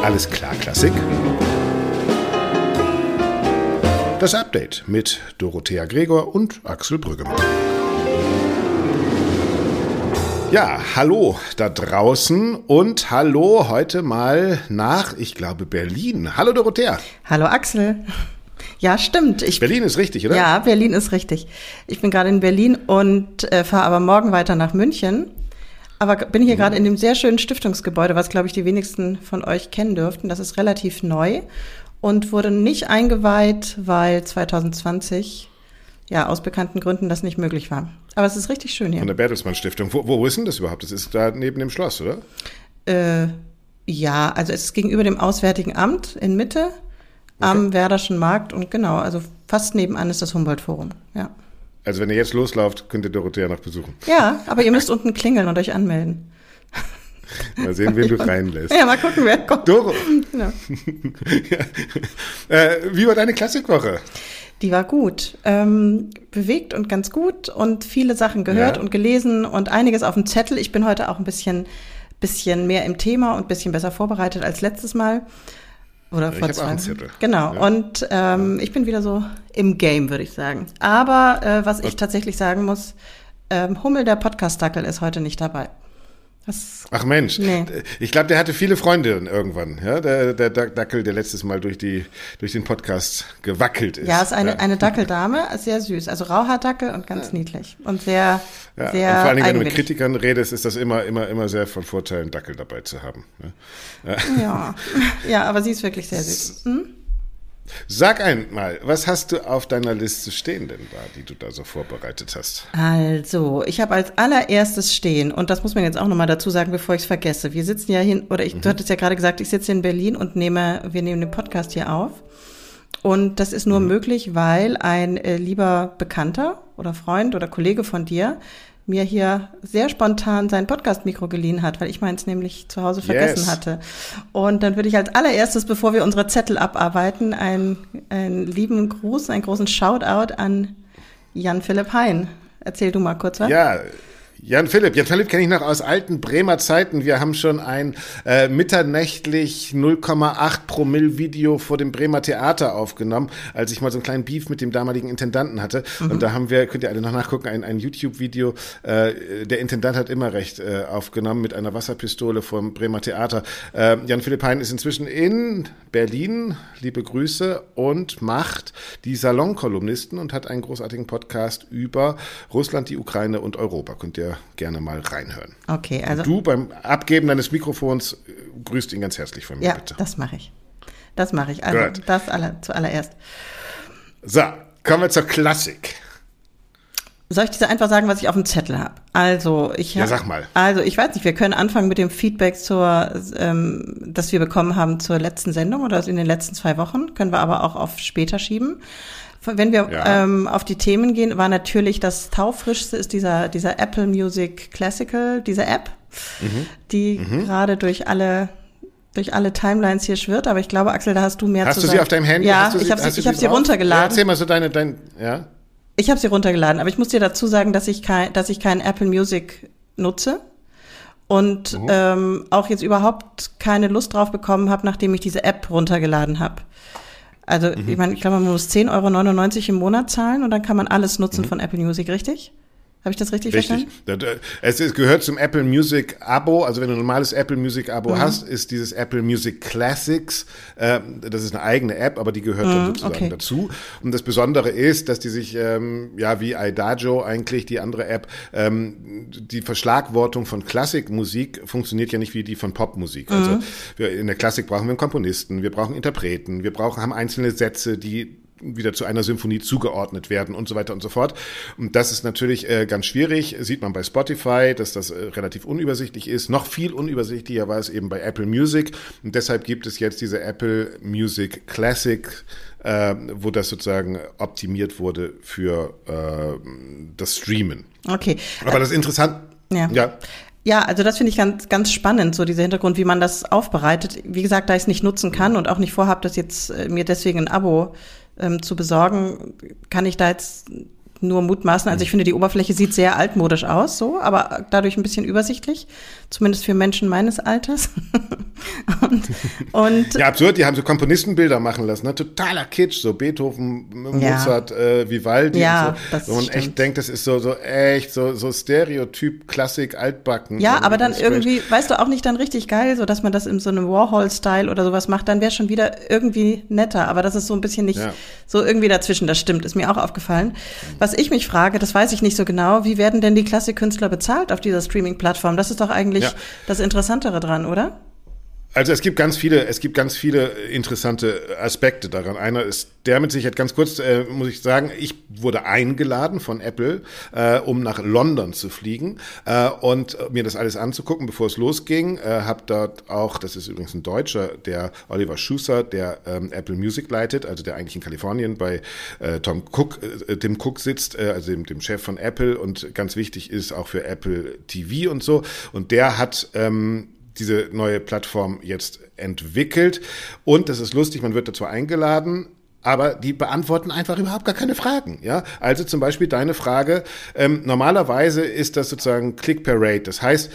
Alles klar, Klassik. Das Update mit Dorothea Gregor und Axel Brüggemann. Ja, hallo da draußen und hallo heute mal nach, ich glaube, Berlin. Hallo Dorothea. Hallo Axel. Ja, stimmt. Berlin ist richtig, oder? Ja, Berlin ist richtig. Ich bin gerade in Berlin und fahre aber morgen weiter nach München. Aber bin hier gerade in dem sehr schönen Stiftungsgebäude, was, glaube ich, die wenigsten von euch kennen dürften. Das ist relativ neu und wurde nicht eingeweiht, weil 2020 ja aus bekannten Gründen das nicht möglich war. Aber es ist richtig schön hier. Von der Bertelsmann Stiftung. Wo ist denn das überhaupt? Das ist da neben dem Schloss, oder? Ja, also es ist gegenüber dem Auswärtigen Amt in Mitte am Werderschen Markt und genau, also fast nebenan ist das Humboldt-Forum, ja. Also wenn ihr jetzt loslauft, könnt ihr Dorothea noch besuchen. Ja, aber ihr müsst unten klingeln und euch anmelden. Mal sehen, wen du reinlässt. Ja, mal gucken, wer kommt. Doro. Genau. Ja. Wie war deine Klassikwoche? Die war gut. Bewegt und ganz gut und viele Sachen gehört und gelesen und einiges auf dem Zettel. Ich bin heute auch ein bisschen mehr im Thema und ein bisschen besser vorbereitet als letztes Mal. Oder vor ich habe auch einen Zettel. Genau. Ja. Und ich bin wieder so im Game, würde ich sagen. Aber was ich tatsächlich sagen muss, Hummel, der Podcast-Dackel, ist heute nicht dabei. Ach Mensch, nee. Ich glaube, der hatte viele Freunde irgendwann, ja, der Dackel, der letztes Mal durch den Podcast gewackelt ist. Ja, ist eine Dackeldame, sehr süß, also Rauhaardackel und ganz niedlich und sehr sehr und vor allen Dingen, wenn du mit Kritikern redest, ist das immer sehr von Vorteil, einen Dackel dabei zu haben. Ne? Ja, aber sie ist wirklich sehr süß. Sag einmal, was hast du auf deiner Liste stehen denn da, die du da so vorbereitet hast? Also, ich habe als allererstes stehen, und das muss man jetzt auch nochmal dazu sagen, bevor ich es vergesse. Wir sitzen ja hier, du hattest ja gerade gesagt, ich sitze in Berlin und wir nehmen den Podcast hier auf. Und das ist nur möglich, weil ein lieber Bekannter oder Freund oder Kollege von dir mir hier sehr spontan sein Podcast-Mikro geliehen hat, weil ich meins nämlich zu Hause vergessen hatte. Und dann würde ich als allererstes, bevor wir unsere Zettel abarbeiten, einen lieben Gruß, einen großen Shoutout an Jan-Philipp Hein. Erzähl du mal kurz was. Ja, Jan-Philipp kenne ich noch aus alten Bremer Zeiten. Wir haben schon ein mitternächtlich 0,8 Promille Video vor dem Bremer Theater aufgenommen, als ich mal so einen kleinen Beef mit dem damaligen Intendanten hatte. Und da haben wir, könnt ihr alle noch nachgucken, ein YouTube-Video. Der Intendant hat immer recht aufgenommen mit einer Wasserpistole vom Bremer Theater. Jan-Philipp Hein ist inzwischen in Berlin, liebe Grüße, und macht die Salonkolumnisten und hat einen großartigen Podcast über Russland, die Ukraine und Europa. Könnt ihr gerne mal reinhören. Okay, also. Und du beim Abgeben deines Mikrofons grüßt ihn ganz herzlich von mir, bitte. Ja, das mache ich. Also Good. Das zuallererst. So, kommen wir zur Klassik. Soll ich dir einfach sagen, was ich auf dem Zettel habe? Also, sag mal. Also, ich weiß nicht, wir können anfangen mit dem Feedback das wir bekommen haben zur letzten Sendung oder in den letzten 2 Wochen. Können wir aber auch auf später schieben. Wenn wir auf die Themen gehen, war natürlich das taufrischste ist dieser Apple Music Classical, diese App, die gerade durch alle Timelines hier schwirrt. Aber ich glaube, Axel, da hast du mehr zu sagen. Hast du sie auf deinem Handy? Ja, ich habe sie runtergeladen. Ja, erzähl mal so ja. Ich habe sie runtergeladen, aber ich muss dir dazu sagen, dass ich kein Apple Music nutze und auch jetzt überhaupt keine Lust drauf bekommen habe, nachdem ich diese App runtergeladen habe. Also ich meine, ich glaube, man muss 10,99 € im Monat zahlen und dann kann man alles nutzen von Apple Music, richtig? Habe ich das richtig verstanden? Es gehört zum Apple Music Abo, also wenn du ein normales Apple Music Abo hast, ist dieses Apple Music Classics, das ist eine eigene App, aber die gehört dann sozusagen dazu. Und das Besondere ist, dass die sich, wie Idagio eigentlich, die andere App, die Verschlagwortung von Klassikmusik funktioniert ja nicht wie die von Popmusik. Also in der Klassik brauchen wir einen Komponisten, wir brauchen Interpreten, haben einzelne Sätze, die wieder zu einer Symphonie zugeordnet werden und so weiter und so fort. Und das ist natürlich ganz schwierig, sieht man bei Spotify, dass das relativ unübersichtlich ist. Noch viel unübersichtlicher war es eben bei Apple Music. Und deshalb gibt es jetzt diese Apple Music Classic, wo das sozusagen optimiert wurde für das Streamen. Okay. Aber das ist interessant. Ja. Ja, also das finde ich ganz, ganz spannend, so dieser Hintergrund, wie man das aufbereitet. Wie gesagt, da ich es nicht nutzen kann und auch nicht vorhabe, das jetzt mir deswegen ein Abo zu besorgen, kann ich da jetzt nur mutmaßen. Also ich finde, die Oberfläche sieht sehr altmodisch aus, so, aber dadurch ein bisschen übersichtlich, zumindest für Menschen meines Alters. und ja, absurd, die haben so Komponistenbilder machen lassen, ne? Totaler Kitsch, so Beethoven, Mozart, Vivaldi ja, und so. Wo man echt denkt, das ist so echt so Stereotyp, Klassik, altbacken. Ja, aber dann irgendwie, weißt du, auch nicht dann richtig geil, so dass man das in so einem Warhol-Style oder sowas macht, dann wäre schon wieder irgendwie netter, aber das ist so ein bisschen nicht so irgendwie dazwischen, das stimmt, ist mir auch aufgefallen. Was ich mich frage, das weiß ich nicht so genau, wie werden denn die Klassikkünstler bezahlt auf dieser Streaming-Plattform? Das ist doch eigentlich das Interessantere dran, oder? Also es gibt ganz viele interessante Aspekte daran. Einer ist der mit Sicherheit, ganz kurz muss ich sagen, ich wurde eingeladen von Apple, um nach London zu fliegen und mir das alles anzugucken, bevor es losging. Hab dort auch, das ist übrigens ein Deutscher, der Oliver Schuster, der Apple Music leitet, also der eigentlich in Kalifornien bei Tim Cook sitzt, also dem Chef von Apple und ganz wichtig ist auch für Apple TV und so. Und der hat diese neue Plattform jetzt entwickelt. Und das ist lustig, man wird dazu eingeladen, aber die beantworten einfach überhaupt gar keine Fragen. Ja, also zum Beispiel deine Frage, normalerweise ist das sozusagen Click per Rate. Das heißt,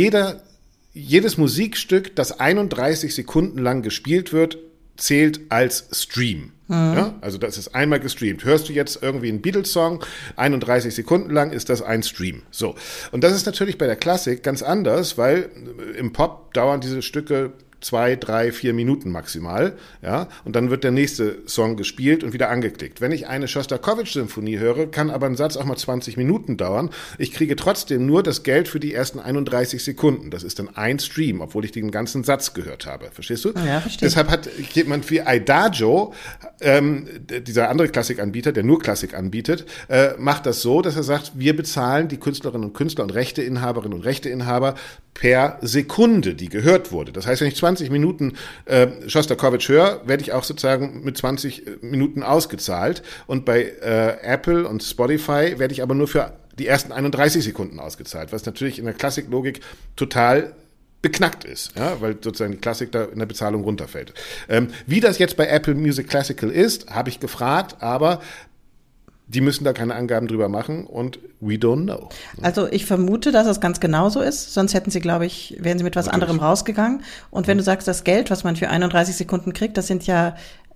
jedes Musikstück, das 31 Sekunden lang gespielt wird, zählt als Stream. Ja, also das ist einmal gestreamt. Hörst du jetzt irgendwie einen Beatles-Song, 31 Sekunden lang ist das ein Stream. So. Und das ist natürlich bei der Klassik ganz anders, weil im Pop dauern diese Stücke 2, 3, 4 Minuten maximal, ja, und dann wird der nächste Song gespielt und wieder angeklickt. Wenn ich eine Schostakowitsch-Symphonie höre, kann aber ein Satz auch mal 20 Minuten dauern. Ich kriege trotzdem nur das Geld für die ersten 31 Sekunden. Das ist dann ein Stream, obwohl ich den ganzen Satz gehört habe. Verstehst du? Ja, verstehe. Deshalb hat jemand wie Adagio, dieser andere Klassikanbieter, der nur Klassik anbietet, macht das so, dass er sagt, wir bezahlen die Künstlerinnen und Künstler und Rechteinhaberinnen und Rechteinhaber per Sekunde, die gehört wurde. Das heißt, wenn ich 20 Minuten Schostakowitsch höre, werde ich auch sozusagen mit 20 Minuten ausgezahlt. Und bei Apple und Spotify werde ich aber nur für die ersten 31 Sekunden ausgezahlt, was natürlich in der Klassiklogik total beknackt ist, ja, weil sozusagen die Klassik da in der Bezahlung runterfällt. Wie das jetzt bei Apple Music Classical ist, habe ich gefragt, aber die müssen da keine Angaben drüber machen und we don't know. Also ich vermute, dass es ganz genauso ist, sonst hätten sie, glaube ich, wären sie mit was anderem rausgegangen. Und wenn du sagst, das Geld, was man für 31 Sekunden kriegt, das sind ja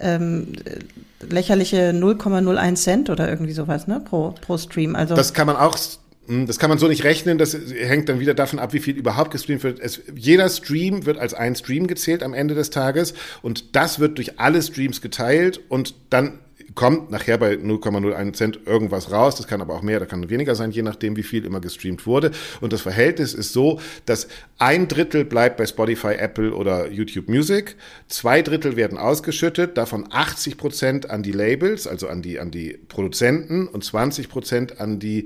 lächerliche 0,01 Cent oder irgendwie sowas, ne, pro Stream. Also das kann man so nicht rechnen, das hängt dann wieder davon ab, wie viel überhaupt gestreamt wird. Jeder Stream wird als ein Stream gezählt am Ende des Tages und das wird durch alle Streams geteilt und dann kommt nachher bei 0,01 Cent irgendwas raus, das kann aber auch mehr, da kann weniger sein, je nachdem, wie viel immer gestreamt wurde. Und das Verhältnis ist so, dass 1/3 bleibt bei Spotify, Apple oder YouTube Music, 2/3 werden ausgeschüttet, davon 80% an die Labels, also an die Produzenten und 20% an die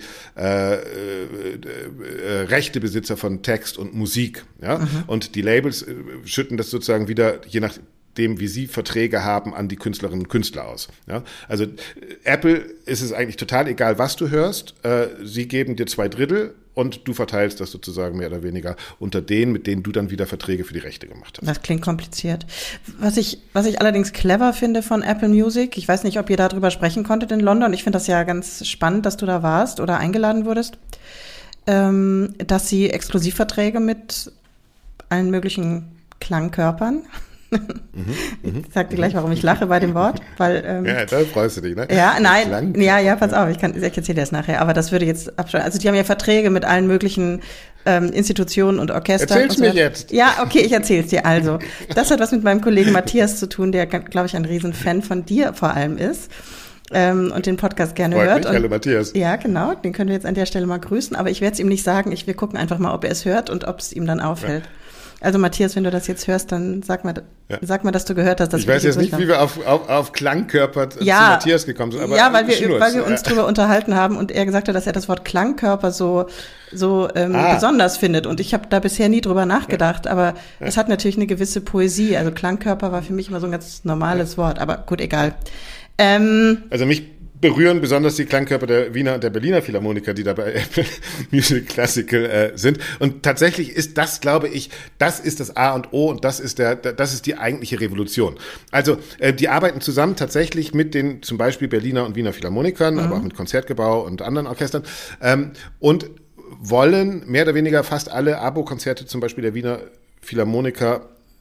Rechtebesitzer von Text und Musik. Ja? Und die Labels schütten das sozusagen wieder, je nach dem, wie sie Verträge haben, an die Künstlerinnen und Künstler aus. Ja? Also Apple ist es eigentlich total egal, was du hörst. Sie geben dir 2/3 und du verteilst das sozusagen mehr oder weniger unter denen, mit denen du dann wieder Verträge für die Rechte gemacht hast. Das klingt kompliziert. Was ich allerdings clever finde von Apple Music, ich weiß nicht, ob ihr darüber sprechen konntet in London, ich finde das ja ganz spannend, dass du da warst oder eingeladen wurdest, dass sie Exklusivverträge mit allen möglichen Klangkörpern. Ich sag dir gleich, warum ich lache bei dem Wort, weil ja, da freust du dich, ne? Ja, nein, ja, pass auf, ich erzähle dir das nachher, aber das würde jetzt abschreiben. Also die haben ja Verträge mit allen möglichen Institutionen und Orchestern. Erzähl's mir jetzt. Ja, okay, ich erzähl's dir also. Das hat was mit meinem Kollegen Matthias zu tun, der, glaube ich, ein Riesenfan von dir vor allem ist. Und den Podcast gerne Freut hört. Mich, hallo Matthias. Ja, genau, den können wir jetzt an der Stelle mal grüßen, aber ich werde es ihm nicht sagen, wir gucken einfach mal, ob er es hört und ob es ihm dann auffällt. Ja. Also Matthias, wenn du das jetzt hörst, dann sag mal, dass du gehört hast. Dass ich weiß jetzt nicht, wie wir auf Klangkörper zu Matthias gekommen sind. Aber ja, weil wir uns drüber unterhalten haben und er gesagt hat, dass er das Wort Klangkörper so besonders findet. Und ich habe da bisher nie drüber nachgedacht, aber es hat natürlich eine gewisse Poesie. Also Klangkörper war für mich immer so ein ganz normales Wort, aber gut, egal. Also mich berühren besonders die Klangkörper der Wiener und der Berliner Philharmoniker, die da bei Apple Music Classical sind. Und tatsächlich ist das, glaube ich, das ist das A und O und das ist die eigentliche Revolution. Also die arbeiten zusammen tatsächlich mit den zum Beispiel Berliner und Wiener Philharmonikern, aber auch mit Konzertgebau und anderen Orchestern und wollen mehr oder weniger fast alle Abo-Konzerte zum Beispiel der Wiener Philharmoniker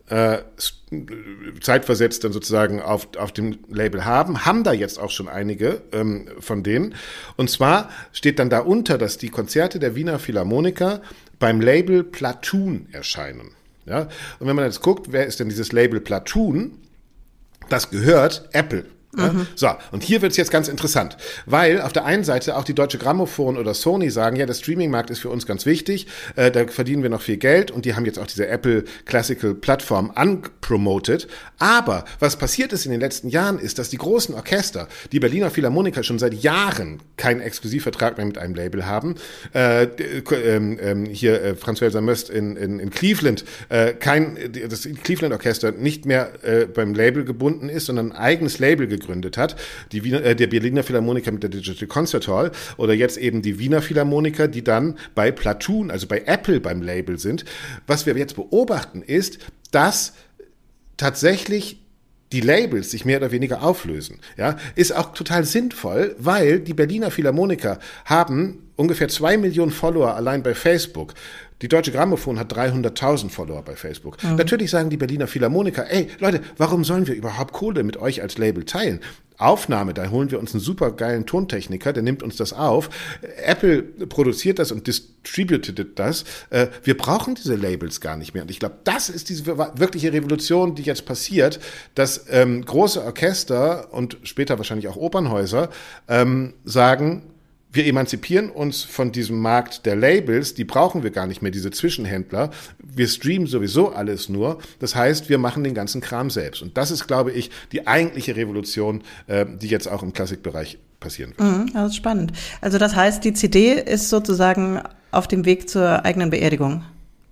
zeitversetzt dann sozusagen auf dem Label haben da jetzt auch schon einige von denen. Und zwar steht dann darunter, dass die Konzerte der Wiener Philharmoniker beim Label Platoon erscheinen. Ja? Und wenn man jetzt guckt, wer ist denn dieses Label Platoon? Das gehört Apple. Ja? So, und hier wird's jetzt ganz interessant, weil auf der einen Seite auch die Deutsche Grammophon oder Sony sagen, ja, der Streaming-Markt ist für uns ganz wichtig, da verdienen wir noch viel Geld und die haben jetzt auch diese Apple Classical Plattform unpromoted. Aber was passiert ist in den letzten Jahren ist, dass die großen Orchester, die Berliner Philharmoniker schon seit Jahren keinen Exklusivvertrag mehr mit einem Label haben, Franz Welser Möst in Cleveland, das Cleveland Orchester nicht mehr beim Label gebunden ist, sondern ein eigenes Label gegründet hat, der Berliner Philharmoniker mit der Digital Concert Hall oder jetzt eben die Wiener Philharmoniker, die dann bei Platoon, also bei Apple beim Label sind. Was wir jetzt beobachten ist, dass tatsächlich die Labels sich mehr oder weniger auflösen. Ja, ist auch total sinnvoll, weil die Berliner Philharmoniker haben ungefähr 2 Millionen Follower allein bei Facebook. Die Deutsche Grammophon hat 300.000 Follower bei Facebook. Natürlich sagen die Berliner Philharmoniker, ey, Leute, warum sollen wir überhaupt Kohle mit euch als Label teilen? Aufnahme, da holen wir uns einen super geilen Tontechniker, der nimmt uns das auf. Apple produziert das und distributed das. Wir brauchen diese Labels gar nicht mehr. Und ich glaube, das ist diese wirkliche Revolution, die jetzt passiert, dass große Orchester und später wahrscheinlich auch Opernhäuser sagen, wir emanzipieren uns von diesem Markt der Labels, die brauchen wir gar nicht mehr, diese Zwischenhändler. Wir streamen sowieso alles nur. Das heißt, wir machen den ganzen Kram selbst. Und das ist, glaube ich, die eigentliche Revolution, die jetzt auch im Klassikbereich passieren wird. Das ist spannend. Also das heißt, die CD ist sozusagen auf dem Weg zur eigenen Beerdigung.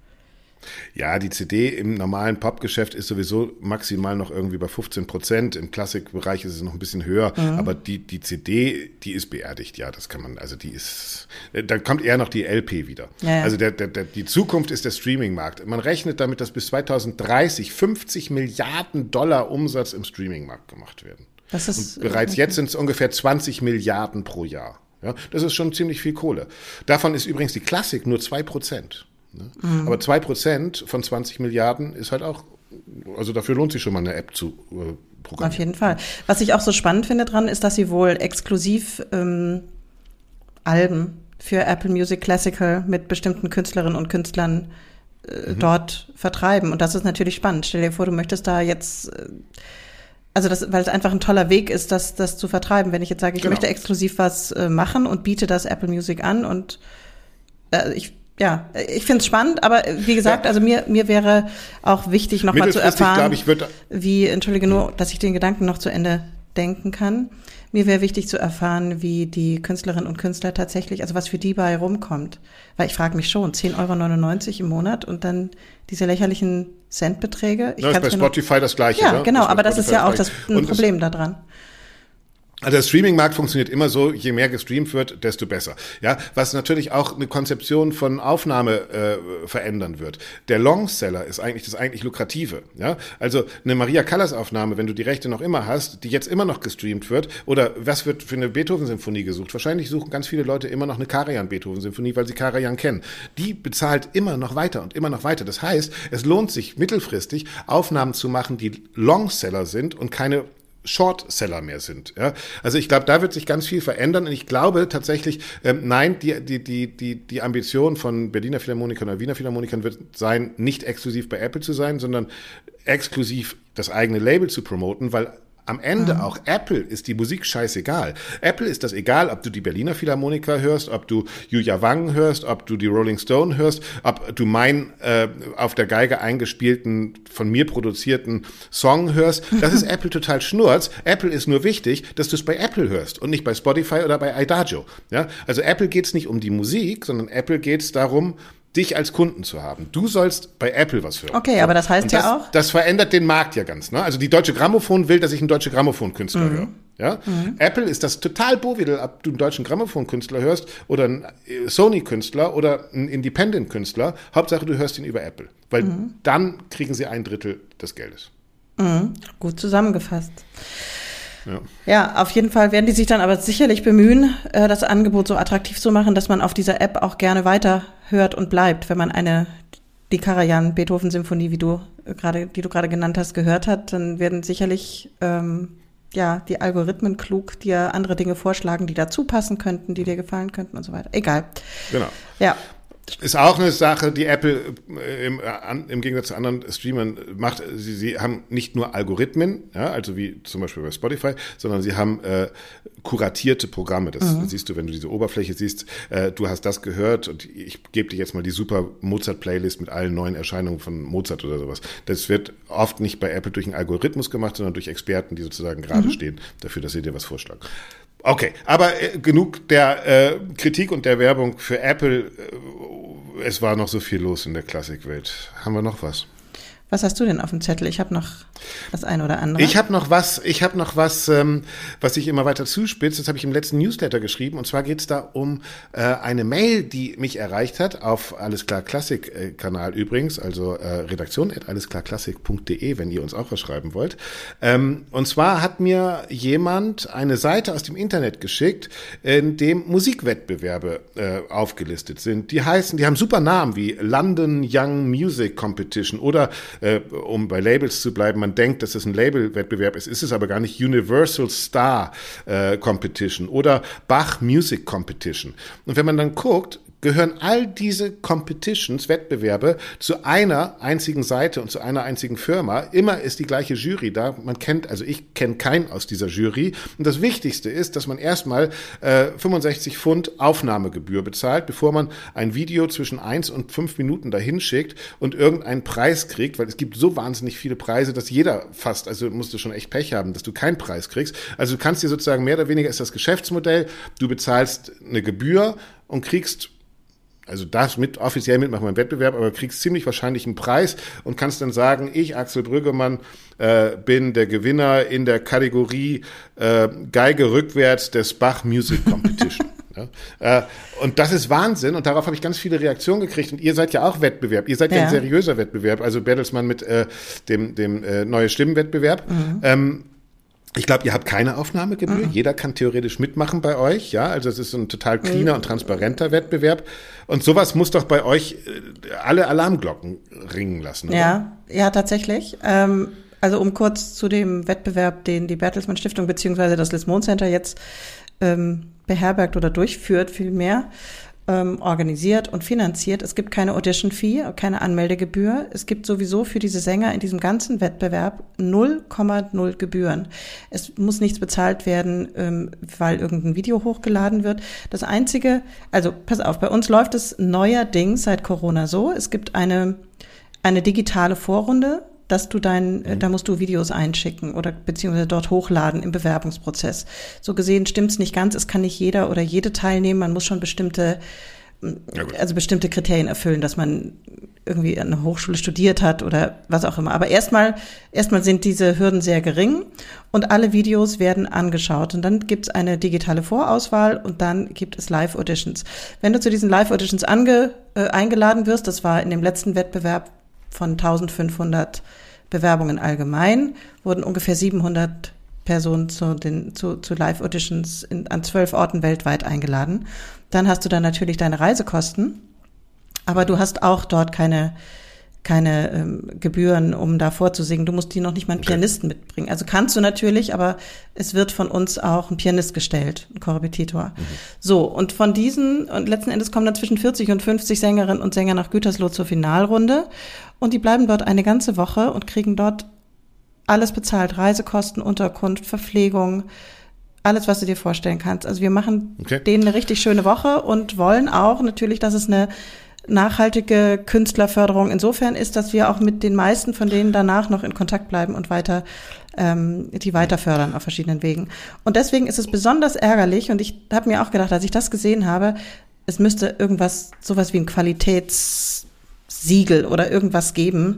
Ja, die CD im normalen Popgeschäft ist sowieso maximal noch irgendwie bei 15%. Im Klassikbereich ist es noch ein bisschen höher. Aber die CD, die ist beerdigt. Ja, das kann man, also die ist, da kommt eher noch die LP wieder. Ja. Also die Zukunft ist der Streaming-Markt. Man rechnet damit, dass bis 2030 $50 Milliarden Umsatz im Streaming-Markt gemacht werden. Das ist, und bereits jetzt sind es ungefähr 20 Milliarden pro Jahr. Ja, das ist schon ziemlich viel Kohle. Davon ist übrigens die Klassik nur 2%. Aber 2% von 20 Milliarden ist halt auch, also dafür lohnt sich schon mal eine App zu programmieren. Auf jeden Fall. Was ich auch so spannend finde dran, ist, dass sie wohl exklusiv Alben für Apple Music Classical mit bestimmten Künstlerinnen und Künstlern dort vertreiben. Und das ist natürlich spannend. Stell dir vor, du möchtest da jetzt, weil es einfach ein toller Weg ist, das zu vertreiben. Wenn ich jetzt sage, ich möchte exklusiv was machen und biete das Apple Music an und ich finde es spannend, aber wie gesagt, also mir wäre auch wichtig, noch mal zu erfahren, entschuldige nur, dass ich den Gedanken noch zu Ende denken kann. Mir wäre wichtig zu erfahren, wie die Künstlerinnen und Künstler tatsächlich, also was für die bei rumkommt. Weil ich frage mich schon, 10,99 € im Monat und dann diese lächerlichen Centbeträge. Das ist bei Spotify das Gleiche. Ja, genau, aber das ist ja auch ein Problem daran. Also der Streaming-Markt funktioniert immer so, je mehr gestreamt wird, desto besser. Ja, was natürlich auch eine Konzeption von Aufnahme verändern wird. Der Longseller ist eigentlich das eigentlich Lukrative. Ja, also eine Maria Callas-Aufnahme, wenn du die Rechte noch immer hast, die jetzt immer noch gestreamt wird, oder was wird für eine Beethoven-Symphonie gesucht? Wahrscheinlich suchen ganz viele Leute immer noch eine Karajan-Beethoven-Symphonie, weil sie Karajan kennen. Die bezahlt immer noch weiter und immer noch weiter. Das heißt, es lohnt sich mittelfristig, Aufnahmen zu machen, die Longseller sind und keine Shortseller mehr sind. Ja? Also ich glaube, da wird sich ganz viel verändern und ich glaube tatsächlich, nein, die Ambition von Berliner Philharmonikern oder Wiener Philharmonikern wird sein, nicht exklusiv bei Apple zu sein, sondern exklusiv das eigene Label zu promoten, weil am Ende auch Apple ist die Musik scheißegal. Apple ist das egal, ob du die Berliner Philharmoniker hörst, ob du Julia Wang hörst, ob du die Rolling Stone hörst, ob du meinen auf der Geige eingespielten, von mir produzierten Song hörst. Das ist Apple total schnurz. Apple ist nur wichtig, dass du es bei Apple hörst und nicht bei Spotify oder bei Idagio. Ja? Also Apple geht's nicht um die Musik, sondern Apple geht's darum, dich als Kunden zu haben. Du sollst bei Apple was hören. Okay, aber das heißt ja auch... Das verändert den Markt ja ganz. Ne? Also die Deutsche Grammophon will, dass ich einen Deutschen Grammophon-Künstler höre. Ja? Apple ist das total Bovidel, ob du einen Deutschen Grammophon-Künstler hörst oder einen Sony-Künstler oder einen Independent-Künstler. Hauptsache, du hörst ihn über Apple. Weil dann kriegen sie 1/3 des Geldes. Gut zusammengefasst. Ja, auf jeden Fall werden die sich dann aber sicherlich bemühen, das Angebot so attraktiv zu machen, dass man auf dieser App auch gerne weiter hört und bleibt, wenn man die Karajan-Beethoven-Symphonie, die du gerade genannt hast, gehört hat, dann werden sicherlich die Algorithmen klug dir andere Dinge vorschlagen, die dazu passen könnten, die dir gefallen könnten und so weiter. Egal. Genau. Ja. Ist auch eine Sache, die Apple im Gegensatz zu anderen Streamern macht. Sie haben nicht nur Algorithmen, ja, also wie zum Beispiel bei Spotify, sondern sie haben kuratierte Programme. Das siehst du, wenn du diese Oberfläche siehst. Du hast das gehört und ich gebe dir jetzt mal die super Mozart-Playlist mit allen neuen Erscheinungen von Mozart oder sowas. Das wird oft nicht bei Apple durch einen Algorithmus gemacht, sondern durch Experten, die sozusagen gerade stehen dafür, dass sie dir was vorschlagen. Okay, aber genug der Kritik und der Werbung für Apple. Es war noch so viel los in der Klassikwelt. Haben wir noch was? Was hast du denn auf dem Zettel? Ich habe noch das eine oder andere. Ich habe noch was, was sich immer weiter zuspitzt. Das habe ich im letzten Newsletter geschrieben. Und zwar geht es da um eine Mail, die mich erreicht hat, auf Alles klar Klassik-Kanal übrigens, also redaktion@allesklarklassik.de, wenn ihr uns auch was schreiben wollt. Und zwar hat mir jemand eine Seite aus dem Internet geschickt, in dem Musikwettbewerbe aufgelistet sind. Die haben super Namen wie London Young Music Competition oder um bei Labels zu bleiben, man denkt, dass es ein Labelwettbewerb ist es aber gar nicht, Universal Star Competition oder Bach Music Competition. Und wenn man dann guckt, gehören all diese Competitions, Wettbewerbe, zu einer einzigen Seite und zu einer einzigen Firma. Immer ist die gleiche Jury da. Ich kenne keinen aus dieser Jury. Und das Wichtigste ist, dass man erstmal 65 Pfund Aufnahmegebühr bezahlt, bevor man ein Video zwischen 1 und 5 Minuten dahin schickt und irgendeinen Preis kriegt, weil es gibt so wahnsinnig viele Preise, dass jeder fast, also musst du schon echt Pech haben, dass du keinen Preis kriegst. Also du kannst dir sozusagen mehr oder weniger ist das Geschäftsmodell, du bezahlst eine Gebühr und kriegst darfst offiziell mitmachen beim Wettbewerb, aber kriegst ziemlich wahrscheinlich einen Preis und kannst dann sagen, ich, Axel Brüggemann, bin der Gewinner in der Kategorie Geige rückwärts des Bach Music Competition. Ja? Und das ist Wahnsinn und darauf habe ich ganz viele Reaktionen gekriegt und ihr seid ja auch Wettbewerb, ihr seid ja ein seriöser Wettbewerb, also Bertelsmann mit dem Neue Stimmen-Wettbewerb. Ich glaube, ihr habt keine Aufnahmegebühr. Jeder kann theoretisch mitmachen bei euch. Ja, also es ist ein total cleaner und transparenter Wettbewerb. Und sowas muss doch bei euch alle Alarmglocken ringen lassen, oder? Ja, tatsächlich. Also um kurz zu dem Wettbewerb, den die Bertelsmann Stiftung beziehungsweise das Liz Mohn Center jetzt beherbergt oder durchführt, vielmehr organisiert und finanziert. Es gibt keine Audition-Fee, keine Anmeldegebühr. Es gibt sowieso für diese Sänger in diesem ganzen Wettbewerb 0,0 Gebühren. Es muss nichts bezahlt werden, weil irgendein Video hochgeladen wird. Das Einzige, also pass auf, bei uns läuft es neuerdings seit Corona so, es gibt eine digitale Vorrunde, dass du da musst du Videos einschicken oder beziehungsweise dort hochladen im Bewerbungsprozess. So gesehen stimmt's nicht ganz, es kann nicht jeder oder jede teilnehmen, man muss schon bestimmte Kriterien erfüllen, dass man irgendwie an einer Hochschule studiert hat oder was auch immer. Aber erstmal sind diese Hürden sehr gering und alle Videos werden angeschaut. Und dann gibt's eine digitale Vorauswahl und dann gibt es Live-Auditions. Wenn du zu diesen Live-Auditions eingeladen wirst, das war in dem letzten Wettbewerb von 1500 Bewerbungen allgemein, wurden ungefähr 700 Personen zu Live-Auditions an 12 Orten weltweit eingeladen. Dann hast du dann natürlich deine Reisekosten, aber du hast auch dort keine Gebühren, um da vorzusingen. Du musst dir noch nicht mal einen Pianisten mitbringen. Also kannst du natürlich, aber es wird von uns auch ein Pianist gestellt, ein Korrepetitor. So, und von diesen, und letzten Endes kommen dann zwischen 40 und 50 Sängerinnen und Sänger nach Gütersloh zur Finalrunde und die bleiben dort eine ganze Woche und kriegen dort alles bezahlt. Reisekosten, Unterkunft, Verpflegung, alles, was du dir vorstellen kannst. Also wir machen denen eine richtig schöne Woche und wollen auch natürlich, dass es eine nachhaltige Künstlerförderung insofern ist, dass wir auch mit den meisten von denen danach noch in Kontakt bleiben und die weiter fördern auf verschiedenen Wegen. Und deswegen ist es besonders ärgerlich und ich habe mir auch gedacht, als ich das gesehen habe, es müsste sowas wie ein Qualitätssiegel oder irgendwas geben,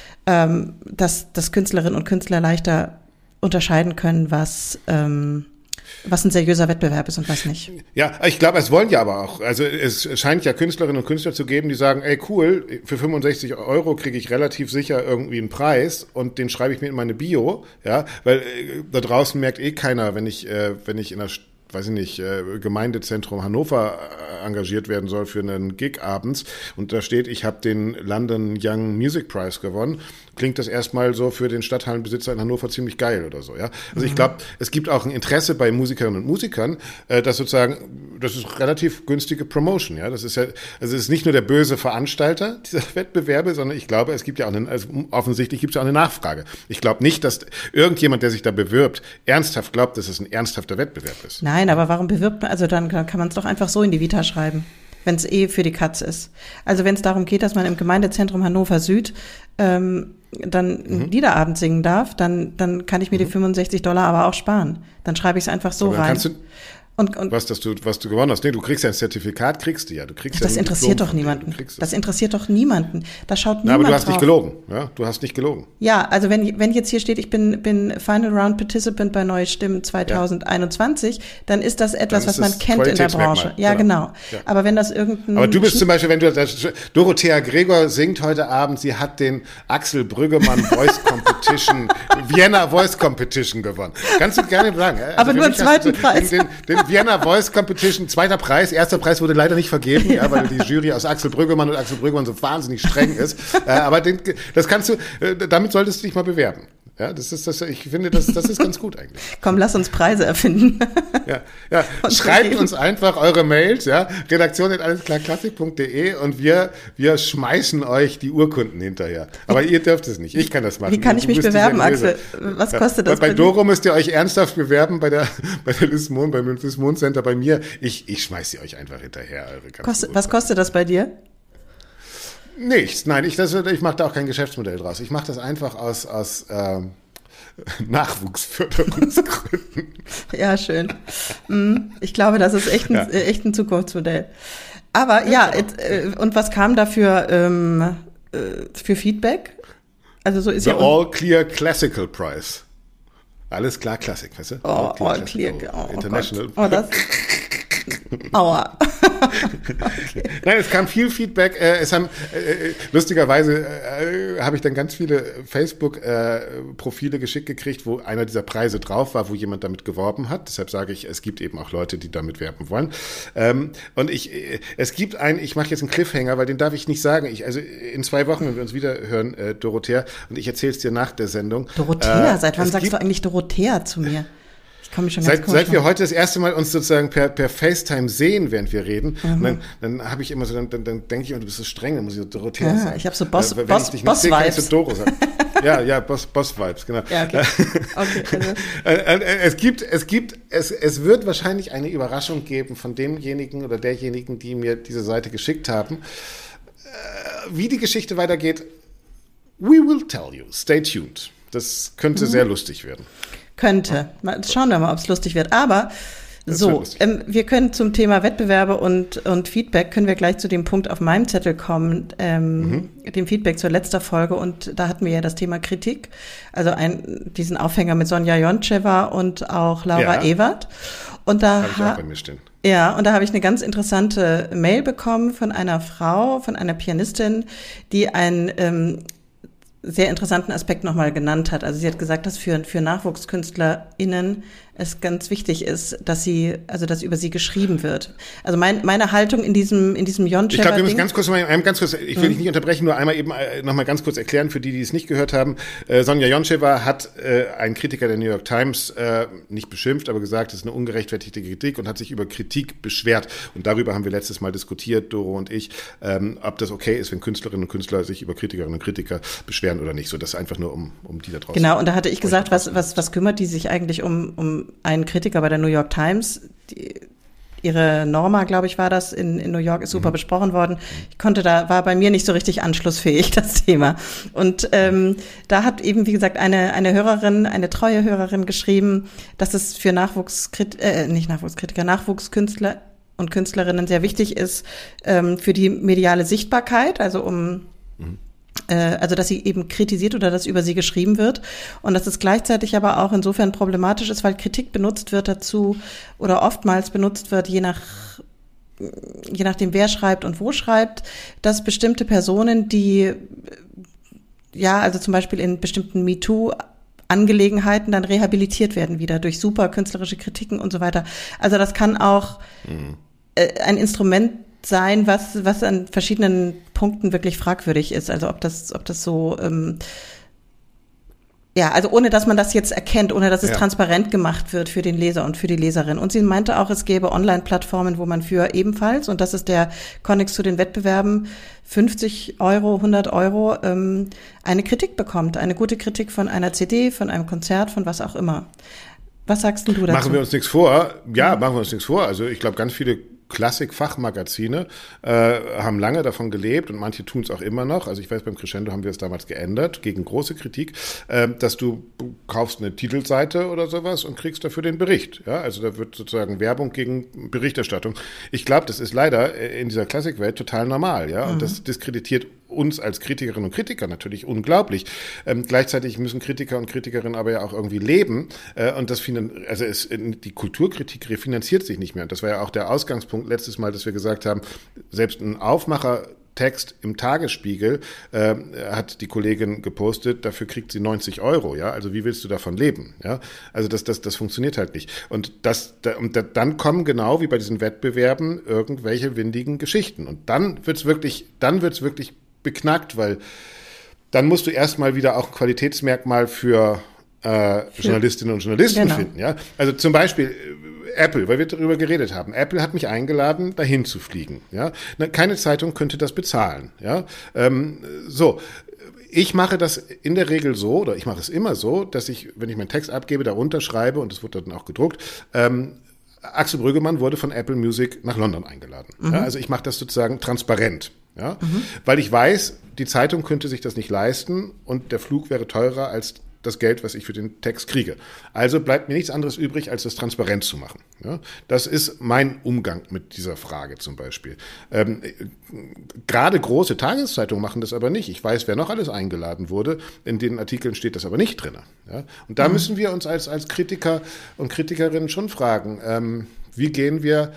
dass Künstlerinnen und Künstler leichter unterscheiden können, was ein seriöser Wettbewerb ist und was nicht. Ja, ich glaube, es wollen ja aber auch. Also es scheint ja Künstlerinnen und Künstler zu geben, die sagen, ey cool, für 65 € kriege ich relativ sicher irgendwie einen Preis und den schreibe ich mir in meine Bio, ja, weil da draußen merkt keiner, wenn ich in einer weiß ich nicht, Gemeindezentrum Hannover engagiert werden soll für einen Gig abends und da steht, ich habe den London Young Music Prize gewonnen, klingt das erstmal so für den Stadthallenbesitzer in Hannover ziemlich geil oder so, ja. Also ich glaube, es gibt auch ein Interesse bei Musikerinnen und Musikern, dass sozusagen, das ist relativ günstige Promotion, ja. Das ist ja, also es ist nicht nur der böse Veranstalter dieser Wettbewerbe, sondern ich glaube, es gibt ja auch offensichtlich gibt es ja auch eine Nachfrage. Ich glaube nicht, dass irgendjemand, der sich da bewirbt, ernsthaft glaubt, dass es ein ernsthafter Wettbewerb ist. Nein, aber warum bewirbt man, also dann kann man es doch einfach so in die Vita schreiben, wenn es für die Katz ist. Also wenn es darum geht, dass man im Gemeindezentrum Hannover Süd dann einen Liederabend singen darf, dann kann ich mir die $65 aber auch sparen. Dann schreibe ich es einfach so rein. Und was du gewonnen hast. Nee, du kriegst ja ein Zertifikat, kriegst du ja. Du kriegst das interessiert doch niemanden. Das interessiert doch niemanden. Da schaut niemand drauf. Aber du hast nicht gelogen. Ja, du hast nicht gelogen. Ja, also wenn jetzt hier steht, ich bin Final Round Participant bei Neue Stimmen 2021, dann ist das etwas, was man kennt in der Branche. Ja, genau. Ja. Aber wenn das Aber du bist zum Beispiel, wenn du Dorothea Gregor singt heute Abend, sie hat den Axel Brüggemann Voice Competition, Vienna Voice Competition gewonnen. Kannst du gerne sagen. Also aber nur einen zweiten Preis. Den Vienna Voice Competition, zweiter Preis. Erster Preis wurde leider nicht vergeben, ja, weil die Jury aus Axel Brüggemann und Axel Brüggemann so wahnsinnig streng ist. Aber das kannst du, damit solltest du dich mal bewerben. Ja, ich finde, das ist ganz gut eigentlich. Komm, lass uns Preise erfinden. Ja. Schreibt uns einfach eure Mails, ja, redaktion@allesklarklassik.de und wir schmeißen euch die Urkunden hinterher. Aber ihr dürft es nicht. Ich kann das machen. Wie kann ich mich bewerben, Axel? Was kostet das? Bei Doro müsst ihr euch ernsthaft bewerben bei der Lismon, beim Lismon Center bei mir. Ich schmeiß sie euch einfach hinterher. Was kostet das bei dir? Nichts, nein, ich mache da auch kein Geschäftsmodell draus. Ich mache das einfach aus Nachwuchsförderungsgründen. Ja, schön. Ich glaube, das ist echt ein Zukunftsmodell. Aber und was kam da für Feedback? Also so ist The All Clear Classical Prize. Alles klar, Klassik, weißt du? All Clear. International. Oh, das. Aua. Okay. Nein, es kam viel Feedback. Lustigerweise habe ich dann ganz viele Facebook-Profile geschickt gekriegt, wo einer dieser Preise drauf war, wo jemand damit geworben hat. Deshalb sage ich, es gibt eben auch Leute, die damit werben wollen. Und es gibt ich mache jetzt einen Cliffhanger, weil den darf ich nicht sagen. Also in 2 Wochen, wenn wir uns wieder hören, Dorothea, und ich erzähle es dir nach der Sendung. Dorothea? Seit wann sagst du eigentlich Dorothea zu mir? Seit wir heute das erste Mal uns sozusagen per FaceTime sehen, während wir reden, dann habe ich immer so, dann denke ich immer, du bist so streng, dann muss ich so Dorothea sagen. Ich habe so Boss-Vibes. Ja, Boss-Vibes, genau. Ja, okay. Es wird wahrscheinlich eine Überraschung geben von demjenigen oder derjenigen, die mir diese Seite geschickt haben. Wie die Geschichte weitergeht, we will tell you. Stay tuned. Das könnte sehr lustig werden. Könnte. Schauen wir mal, ob es lustig wird. Aber wir können zum Thema Wettbewerbe und Feedback, können wir gleich zu dem Punkt auf meinem Zettel kommen, dem Feedback zur letzten Folge. Und da hatten wir ja das Thema Kritik, also diesen Aufhänger mit Sonja Joncheva und auch Laura Ewert. Und da habe ich auch bei mir stehen. Ja, und da habe ich eine ganz interessante Mail bekommen von einer Frau, von einer Pianistin, die einen sehr interessanten Aspekt nochmal genannt hat. Also sie hat gesagt, dass für NachwuchskünstlerInnen es ganz wichtig ist, dass über sie geschrieben wird. Also meine Haltung in diesem Joncheva-Ding. Ich glaube, wir müssen ganz kurz, ich will dich nicht unterbrechen, nur einmal eben nochmal ganz kurz erklären, für die es nicht gehört haben. Sonja Joncheva hat einen Kritiker der New York Times nicht beschimpft, aber gesagt, es ist eine ungerechtfertigte Kritik und hat sich über Kritik beschwert. Und darüber haben wir letztes Mal diskutiert, Doro und ich, ob das okay ist, wenn Künstlerinnen und Künstler sich über Kritikerinnen und Kritiker beschweren oder nicht. So, das einfach nur um die da draußen. Genau, und da hatte ich gesagt, was kümmert die sich eigentlich um einen Kritiker bei der New York Times? Ihre Norma, glaube ich, war das, in New York, ist super besprochen worden. War bei mir nicht so richtig anschlussfähig, das Thema. Und da hat eben, wie gesagt, eine Hörerin, eine treue Hörerin geschrieben, dass es für Nachwuchskünstler und Künstlerinnen sehr wichtig ist, für die mediale Sichtbarkeit, also dass sie eben kritisiert oder dass über sie geschrieben wird und dass es gleichzeitig aber auch insofern problematisch ist, weil Kritik benutzt wird dazu oder oftmals benutzt wird, je nachdem wer schreibt und wo schreibt, dass bestimmte Personen, die also zum Beispiel in bestimmten MeToo Angelegenheiten dann rehabilitiert werden wieder durch super künstlerische Kritiken und so weiter. Also das kann auch ein Instrument sein, was an verschiedenen Punkten wirklich fragwürdig ist. Also ob das so also ohne dass man das jetzt erkennt, ohne dass es transparent gemacht wird für den Leser und für die Leserin. Und sie meinte auch, es gäbe Online-Plattformen, wo man für ebenfalls, und das ist der Konnex zu den Wettbewerben, 50 Euro, 100 Euro eine Kritik bekommt. Eine gute Kritik von einer CD, von einem Konzert, von was auch immer. Was sagst du dazu? Machen wir uns nichts vor. Ja, machen wir uns nichts vor. Also ich glaube, ganz viele Klassik-Fachmagazine haben lange davon gelebt und manche tun es auch immer noch. Also ich weiß, beim Crescendo haben wir es damals geändert, gegen große Kritik, dass du kaufst eine Titelseite oder sowas und kriegst dafür den Bericht. Ja, also da wird sozusagen Werbung gegen Berichterstattung. Ich glaube, das ist leider in dieser Klassikwelt total normal. Ja, und das diskreditiert uns als Kritikerinnen und Kritiker natürlich unglaublich. Gleichzeitig müssen Kritiker und Kritikerinnen aber ja auch irgendwie leben. Und die Kulturkritik refinanziert sich nicht mehr. Und das war ja auch der Ausgangspunkt letztes Mal, dass wir gesagt haben, selbst ein Aufmachertext im Tagesspiegel hat die Kollegin gepostet, dafür kriegt sie 90 Euro, ja, also wie willst du davon leben, ja, also das funktioniert halt nicht und dann kommen genau wie bei diesen Wettbewerben irgendwelche windigen Geschichten und dann wird's wirklich beknackt, weil dann musst du erstmal wieder auch ein Qualitätsmerkmal für Journalistinnen und Journalisten finden, ja, also zum Beispiel Apple, weil wir darüber geredet haben. Apple hat mich eingeladen, dahin zu fliegen. Ja, keine Zeitung könnte das bezahlen. Ja, ich mache das in der Regel so, oder ich mache es immer so, dass ich, wenn ich meinen Text abgebe, darunter schreibe und es wird dann auch gedruckt. Axel Brüggemann wurde von Apple Music nach London eingeladen. Ja, also ich mache das sozusagen transparent. Ja, weil ich weiß, die Zeitung könnte sich das nicht leisten und der Flug wäre teurer als das Geld, was ich für den Text kriege. Also bleibt mir nichts anderes übrig, als das transparent zu machen. Ja, das ist mein Umgang mit dieser Frage zum Beispiel. Gerade große Tageszeitungen machen das aber nicht. Ich weiß, wer noch alles eingeladen wurde. In den Artikeln steht das aber nicht drin. Ja, und da müssen wir uns als Kritiker und Kritikerinnen schon fragen, wie gehen wir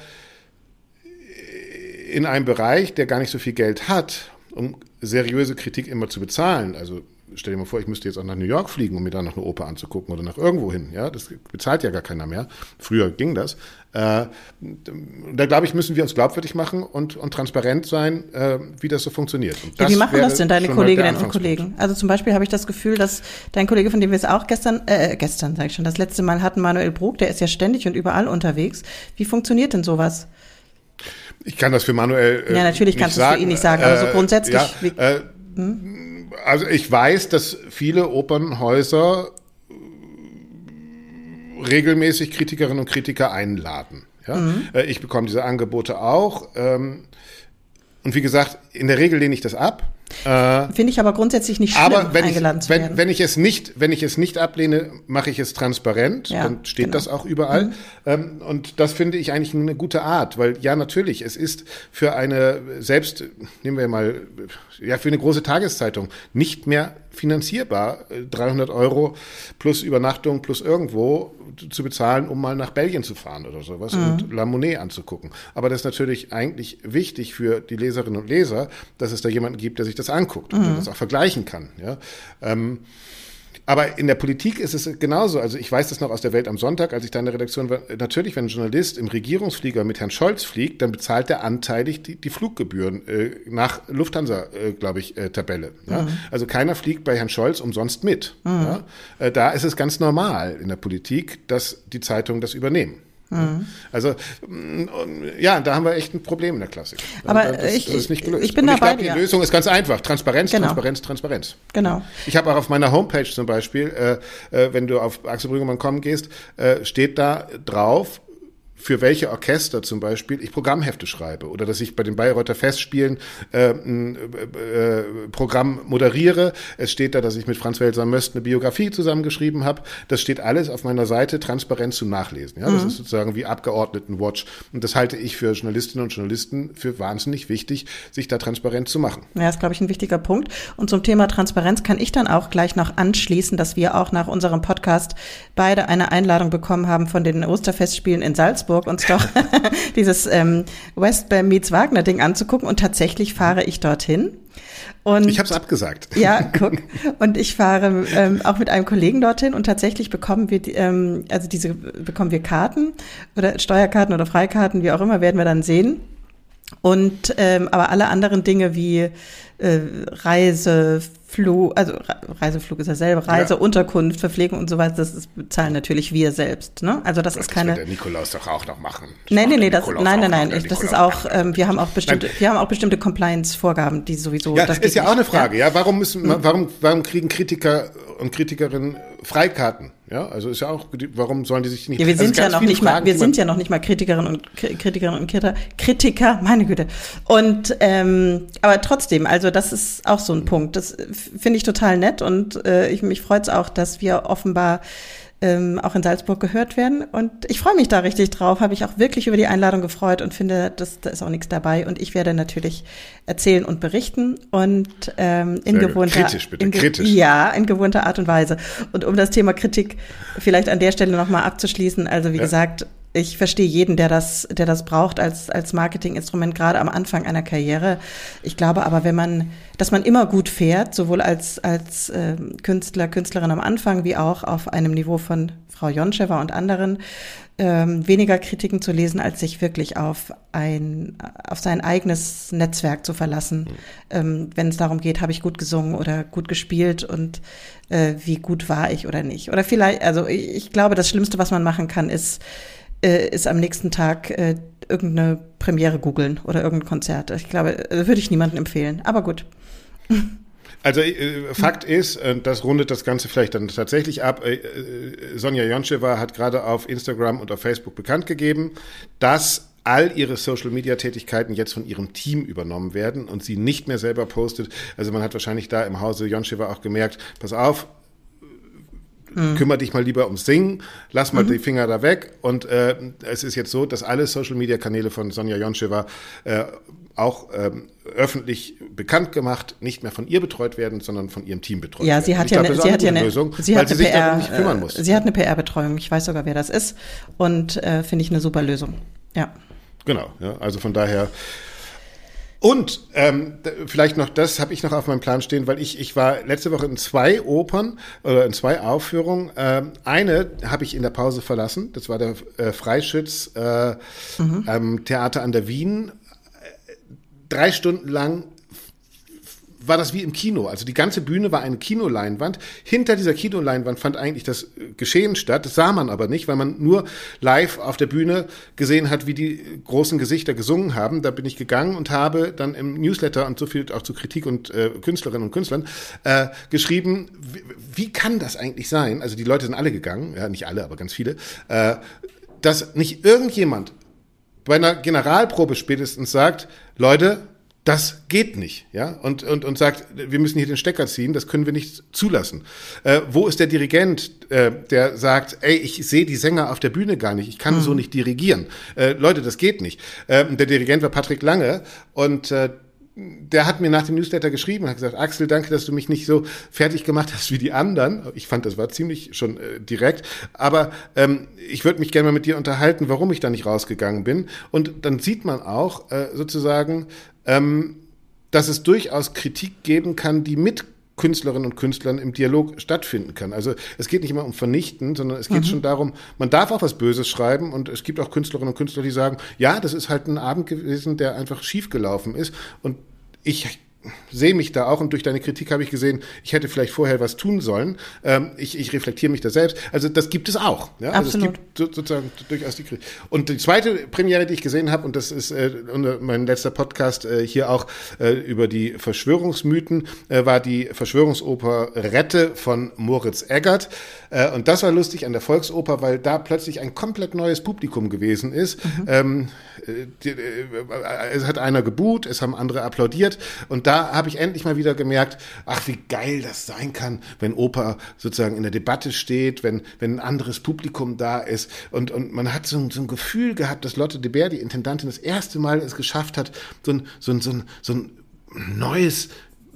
in einen Bereich, der gar nicht so viel Geld hat, um seriöse Kritik immer zu bezahlen. Also stell dir mal vor, ich müsste jetzt auch nach New York fliegen, um mir da noch eine Oper anzugucken oder nach irgendwo hin. Ja, das bezahlt ja gar keiner mehr. Früher ging das. Da glaube ich, müssen wir uns glaubwürdig machen und transparent sein, wie das so funktioniert. Und wie machen das denn deine Kolleginnen und Kollegen? Also zum Beispiel habe ich das Gefühl, dass dein Kollege, von dem wir es auch gestern sage ich schon, das letzte Mal hatten, Manuel Brug, der ist ja ständig und überall unterwegs. Wie funktioniert denn sowas? Ich kann das für Manuel ja, natürlich kannst du es für ihn nicht sagen, aber so grundsätzlich. Also ich weiß, dass viele Opernhäuser regelmäßig Kritikerinnen und Kritiker einladen. Ja? Ich bekomme diese Angebote auch. Und wie gesagt, in der Regel lehne ich das ab. Finde ich aber grundsätzlich nicht schlimm, aber eingeladen zu werden. Wenn ich es nicht ablehne, mache ich es transparent, dann steht das auch überall. Und das finde ich eigentlich eine gute Art, weil ja, natürlich, es ist für nehmen wir mal, für eine große Tageszeitung nicht mehr finanzierbar, 300 Euro plus Übernachtung plus irgendwo zu bezahlen, um mal nach Belgien zu fahren oder sowas und La Monnaie anzugucken. Aber das ist natürlich eigentlich wichtig für die Leserinnen und Leser, dass es da jemanden gibt, der sich das anguckt und der das auch vergleichen kann. Ja? Aber in der Politik ist es genauso. Also ich weiß das noch aus der Welt am Sonntag, als ich da in der Redaktion war. Natürlich, wenn ein Journalist im Regierungsflieger mit Herrn Scholz fliegt, dann bezahlt er anteilig die Fluggebühren nach Lufthansa, Tabelle. Ja? Also keiner fliegt bei Herrn Scholz umsonst mit. Ja? Da ist es ganz normal in der Politik, dass die Zeitungen das übernehmen. Also ja, da haben wir echt ein Problem in der Klassik. Aber das ist nicht gelöst. Ich bin dabei. Die Lösung ist ganz einfach. Transparenz, genau. Transparenz. Genau. Ich habe auch auf meiner Homepage zum Beispiel, wenn du auf axelbrüggemann.com gehst, steht da drauf, für welche Orchester zum Beispiel ich Programmhefte schreibe oder dass ich bei den Bayreuther Festspielen ein Programm moderiere. Es steht da, dass ich mit Franz Welser Möst eine Biografie zusammengeschrieben habe. Das steht alles auf meiner Seite transparent zum Nachlesen. Ja, das ist sozusagen wie Abgeordnetenwatch. Und das halte ich für Journalistinnen und Journalisten für wahnsinnig wichtig, sich da transparent zu machen. Ja, ist, glaube ich, ein wichtiger Punkt. Und zum Thema Transparenz kann ich dann auch gleich noch anschließen, dass wir auch nach unserem Podcast beide eine Einladung bekommen haben von den Osterfestspielen in Salzburg. Salzburg uns doch dieses Westbam meets Wagner Ding anzugucken und tatsächlich fahre ich dorthin. Und, ich habe es abgesagt. Ja, guck. Und ich fahre auch mit einem Kollegen dorthin und tatsächlich bekommen wir bekommen wir Karten oder Steuerkarten oder Freikarten, wie auch immer, werden wir dann sehen. Und aber alle anderen Dinge wie Reiseflug ist dasselbe, Unterkunft, Verpflegung und so weiter, das bezahlen natürlich wir selbst, ne? Also das ist keine. Das wird der Nikolaus doch auch noch machen. Nein, das ist auch, wir haben auch bestimmte Compliance-Vorgaben, die sowieso. Ja, das ist ja auch eine Frage, ja. Warum kriegen Kritiker und Kritikerinnen Freikarten? Ja, also ist ja auch, warum sollen die sich nicht? Ja, wir sind ja noch nicht mal, Kritikerinnen und Kritiker, meine Güte. Und aber trotzdem, also das ist auch so ein Punkt. Das finde ich total nett und mich freut es auch, dass wir offenbar auch in Salzburg gehört werden. Und ich freue mich da richtig drauf, habe ich auch wirklich über die Einladung gefreut und finde, da ist auch nichts dabei. Und ich werde natürlich erzählen und berichten und in gewohnter Art und Weise. Und um das Thema Kritik vielleicht an der Stelle nochmal abzuschließen, also wie gesagt, ich verstehe jeden, der das braucht als Marketinginstrument, gerade am Anfang einer Karriere. Ich glaube aber, dass man immer gut fährt, sowohl als Künstler, Künstlerin am Anfang, wie auch auf einem Niveau von Frau Joncheva und anderen, weniger Kritiken zu lesen, als sich wirklich auf sein eigenes Netzwerk zu verlassen. Wenn es darum geht, habe ich gut gesungen oder gut gespielt und wie gut war ich oder nicht. Oder vielleicht, also ich glaube, das Schlimmste, was man machen kann, ist am nächsten Tag irgendeine Premiere googeln oder irgendein Konzert. Ich glaube, würde ich niemandem empfehlen. Aber gut. Also Fakt ist, das rundet das Ganze vielleicht dann tatsächlich ab, Sonja Joncheva hat gerade auf Instagram und auf Facebook bekannt gegeben, dass all ihre Social-Media-Tätigkeiten jetzt von ihrem Team übernommen werden und sie nicht mehr selber postet. Also man hat wahrscheinlich da im Hause Joncheva auch gemerkt, pass auf, kümmere dich mal lieber ums Singen, lass mal die Finger da weg. Und es ist jetzt so, dass alle Social-Media-Kanäle von Sonja Joncheva auch öffentlich bekannt gemacht, nicht mehr von ihr betreut werden, sondern von ihrem Team betreut werden. Sie hat eine Lösung, weil sie sich darum nicht kümmern muss. Sie hat eine PR-Betreuung, ich weiß sogar, wer das ist. Und finde ich eine super Lösung. Ja. Genau, ja, also von daher. Und vielleicht noch, das habe ich noch auf meinem Plan stehen, weil ich war letzte Woche in 2 Opern oder in 2 Aufführungen. Eine habe ich in der Pause verlassen, das war der Freischütz Theater an der Wien. 3 Stunden lang war das wie im Kino. Also die ganze Bühne war eine Kinoleinwand. Hinter dieser Kinoleinwand fand eigentlich das Geschehen statt. Das sah man aber nicht, weil man nur live auf der Bühne gesehen hat, wie die großen Gesichter gesungen haben. Da bin ich gegangen und habe dann im Newsletter und so viel auch zu Kritik und Künstlerinnen und Künstlern geschrieben, wie kann das eigentlich sein? Also die Leute sind alle gegangen, ja nicht alle, aber ganz viele, dass nicht irgendjemand bei einer Generalprobe spätestens sagt, Leute, das geht nicht, ja, und sagt, wir müssen hier den Stecker ziehen, das können wir nicht zulassen. Wo ist der Dirigent, der sagt, ey, ich sehe die Sänger auf der Bühne gar nicht, ich kann so nicht dirigieren. Leute, das geht nicht. Der Dirigent war Patrick Lange und der hat mir nach dem Newsletter geschrieben und hat gesagt, Axel, danke, dass du mich nicht so fertig gemacht hast wie die anderen. Ich fand, das war ziemlich schon direkt. Aber ich würde mich gerne mal mit dir unterhalten, warum ich da nicht rausgegangen bin. Und dann sieht man auch sozusagen, dass es durchaus Kritik geben kann, die mit Künstlerinnen und Künstlern im Dialog stattfinden kann. Also es geht nicht immer um Vernichten, sondern es geht schon darum, man darf auch was Böses schreiben und es gibt auch Künstlerinnen und Künstler, die sagen, ja, das ist halt ein Abend gewesen, der einfach schief gelaufen ist und ich sehe mich da auch und durch deine Kritik habe ich gesehen, ich hätte vielleicht vorher was tun sollen. Ich reflektiere mich da selbst. Also das gibt es auch. Ja? Also es gibt sozusagen durchaus die Kritik. Und die zweite Premiere, die ich gesehen habe, und das ist mein letzter Podcast hier auch über die Verschwörungsmythen, war die Verschwörungsoper Rette von Moritz Eggert. Und das war lustig an der Volksoper, weil da plötzlich ein komplett neues Publikum gewesen ist. Es hat einer gebuht, es haben andere applaudiert und da habe ich endlich mal wieder gemerkt, ach, wie geil das sein kann, wenn Oper sozusagen in der Debatte steht, wenn ein anderes Publikum da ist und man hat so ein Gefühl gehabt, dass Lotte de Beer, die Intendantin, das erste Mal es geschafft hat, so ein neues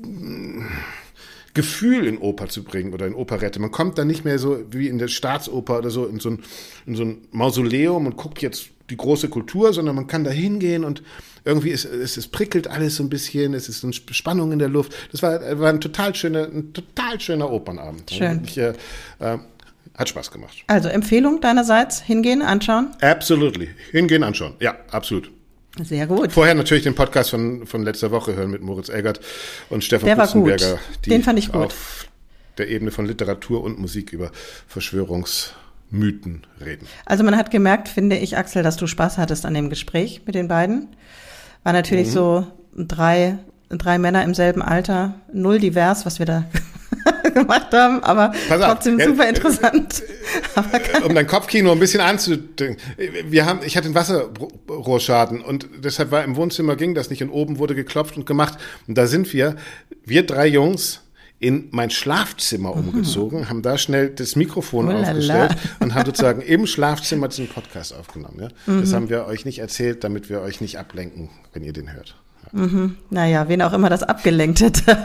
Gefühl in Oper zu bringen oder in Operette. Man kommt dann nicht mehr so wie in der Staatsoper oder so in so ein Mausoleum und guckt jetzt die große Kultur, sondern man kann da hingehen und irgendwie es prickelt alles so ein bisschen, es ist so eine Spannung in der Luft. Das war ein total schöner Opernabend. Schön. Hat Spaß gemacht. Also Empfehlung deinerseits, hingehen, anschauen? Absolutely. Hingehen, anschauen. Ja, absolut. Sehr gut. Vorher natürlich den Podcast von letzter Woche hören mit Moritz Elgert und Stefan Der war Kutzenberger, gut. Den fand ich gut. Auf der Ebene von Literatur und Musik über Verschwörungsmythen reden. Also man hat gemerkt, finde ich, Axel, dass du Spaß hattest an dem Gespräch mit den beiden. War natürlich so drei Männer im selben Alter, null divers, was wir da gemacht haben, aber trotzdem super interessant. Um dein Kopfkino ein bisschen anzudenken. Ich hatte einen Wasserrohrschaden und deshalb war im Wohnzimmer ging das nicht und oben wurde geklopft und gemacht. Und da sind wir 3 Jungs, in mein Schlafzimmer umgezogen, haben da schnell das Mikrofon aufgestellt und haben sozusagen im Schlafzimmer diesen Podcast aufgenommen. Ja? Das haben wir euch nicht erzählt, damit wir euch nicht ablenken, wenn ihr den hört. Ja. Naja, wen auch immer das abgelenkt hätte.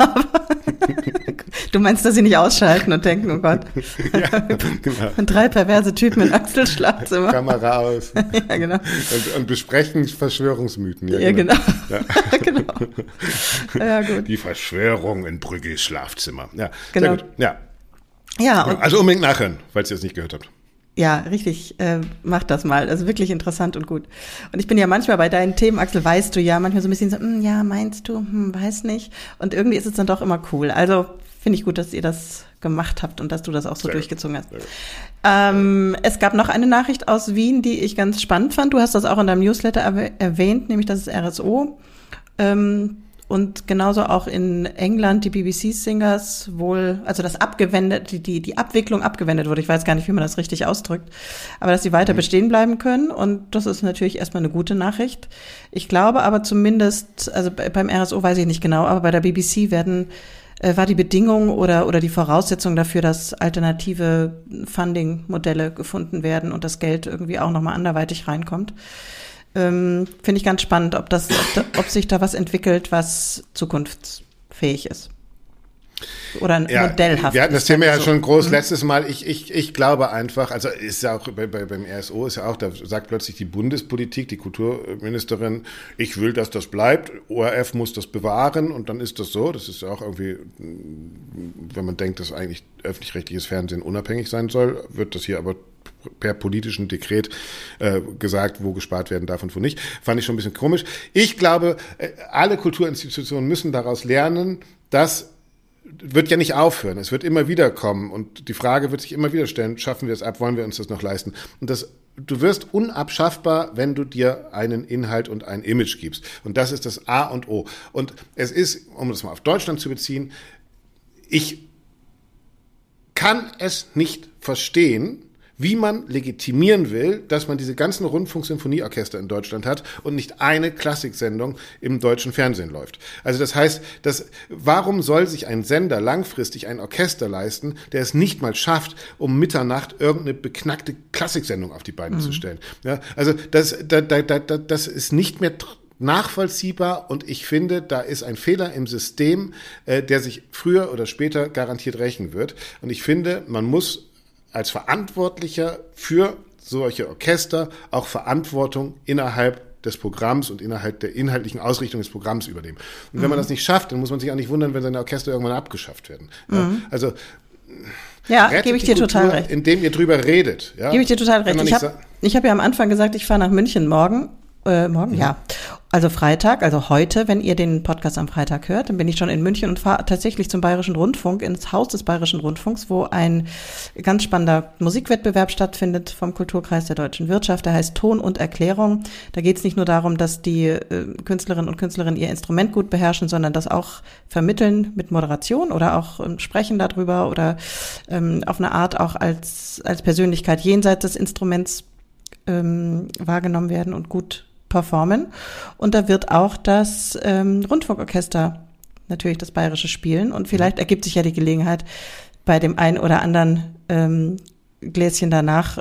Du meinst, dass sie nicht ausschalten und denken, oh Gott, ja, genau. 3 perverse Typen in Axels Schlafzimmer. Kamera aus. Ja, genau. Und besprechen Verschwörungsmythen. Ja, genau. Ja. Genau. Ja, gut. Die Verschwörung in Brüggis Schlafzimmer. Ja, genau. Sehr gut. Ja. Ja, also unbedingt nachhören, falls ihr es nicht gehört habt. Ja, richtig, macht das mal. Also wirklich interessant und gut. Und ich bin ja manchmal bei deinen Themen, Axel, weißt du ja, manchmal so ein bisschen so, ja, meinst du, weiß nicht. Und irgendwie ist es dann doch immer cool. Also finde ich gut, dass ihr das gemacht habt und dass du das auch so Sehr durchgezogen hast. Es gab noch eine Nachricht aus Wien, die ich ganz spannend fand. Du hast das auch in deinem Newsletter erwähnt, nämlich das ist RSO. Und genauso auch in England die BBC-Singers wohl, also das abgewendet, die Abwicklung abgewendet wurde. Ich weiß gar nicht, wie man das richtig ausdrückt, aber dass sie weiter bestehen bleiben können. Und das ist natürlich erstmal eine gute Nachricht. Ich glaube aber zumindest, also beim RSO weiß ich nicht genau, aber bei der BBC war die Bedingung oder die Voraussetzung dafür, dass alternative Funding-Modelle gefunden werden und das Geld irgendwie auch nochmal anderweitig reinkommt. Finde ich ganz spannend, ob sich da was entwickelt, was zukunftsfähig ist. Oder modellhaft. Wir hatten das Thema ja schon groß letztes Mal. Ich glaube einfach, also ist ja auch beim RSO ist ja auch, da sagt plötzlich die Bundespolitik, die Kulturministerin, ich will, dass das bleibt, ORF muss das bewahren und dann ist das so. Das ist ja auch irgendwie, wenn man denkt, dass eigentlich öffentlich-rechtliches Fernsehen unabhängig sein soll, wird das hier aber per politischen Dekret gesagt, wo gespart werden darf und wo nicht. Fand ich schon ein bisschen komisch. Ich glaube, alle Kulturinstitutionen müssen daraus lernen, dass wird ja nicht aufhören. Es wird immer wieder kommen und die Frage wird sich immer wieder stellen, schaffen wir es ab, wollen wir uns das noch leisten? Und du wirst unabschaffbar, wenn du dir einen Inhalt und ein Image gibst. Und das ist das A und O. Und es ist, um das mal auf Deutschland zu beziehen, ich kann es nicht verstehen, wie man legitimieren will, dass man diese ganzen Rundfunksymphonieorchester in Deutschland hat und nicht eine Klassiksendung im deutschen Fernsehen läuft. Also das heißt, warum soll sich ein Sender langfristig ein Orchester leisten, der es nicht mal schafft, um Mitternacht irgendeine beknackte Klassiksendung auf die Beine zu stellen? Ja, also das ist nicht mehr nachvollziehbar und ich finde, da ist ein Fehler im System, der sich früher oder später garantiert rächen wird. Und ich finde, man muss als Verantwortlicher für solche Orchester auch Verantwortung innerhalb des Programms und innerhalb der inhaltlichen Ausrichtung des Programms übernehmen. Und wenn man das nicht schafft, dann muss man sich auch nicht wundern, wenn seine Orchester irgendwann abgeschafft werden. Also ja, gebe ich dir total recht. Indem ihr drüber redet. Ja? Gebe ich dir total recht. Ich hab ja am Anfang gesagt, ich fahre nach München morgen. Ja. Also Freitag, also heute, wenn ihr den Podcast am Freitag hört, dann bin ich schon in München und fahre tatsächlich zum Bayerischen Rundfunk, ins Haus des Bayerischen Rundfunks, wo ein ganz spannender Musikwettbewerb stattfindet vom Kulturkreis der deutschen Wirtschaft. Der heißt Ton und Erklärung. Da geht es nicht nur darum, dass die Künstlerinnen und Künstler ihr Instrument gut beherrschen, sondern das auch vermitteln mit Moderation oder auch sprechen darüber oder auf eine Art auch als Persönlichkeit jenseits des Instruments wahrgenommen werden und gut performen. Und da wird auch das Rundfunkorchester natürlich das Bayerische spielen. Und vielleicht ergibt sich ja die Gelegenheit, bei dem einen oder anderen Gläschen danach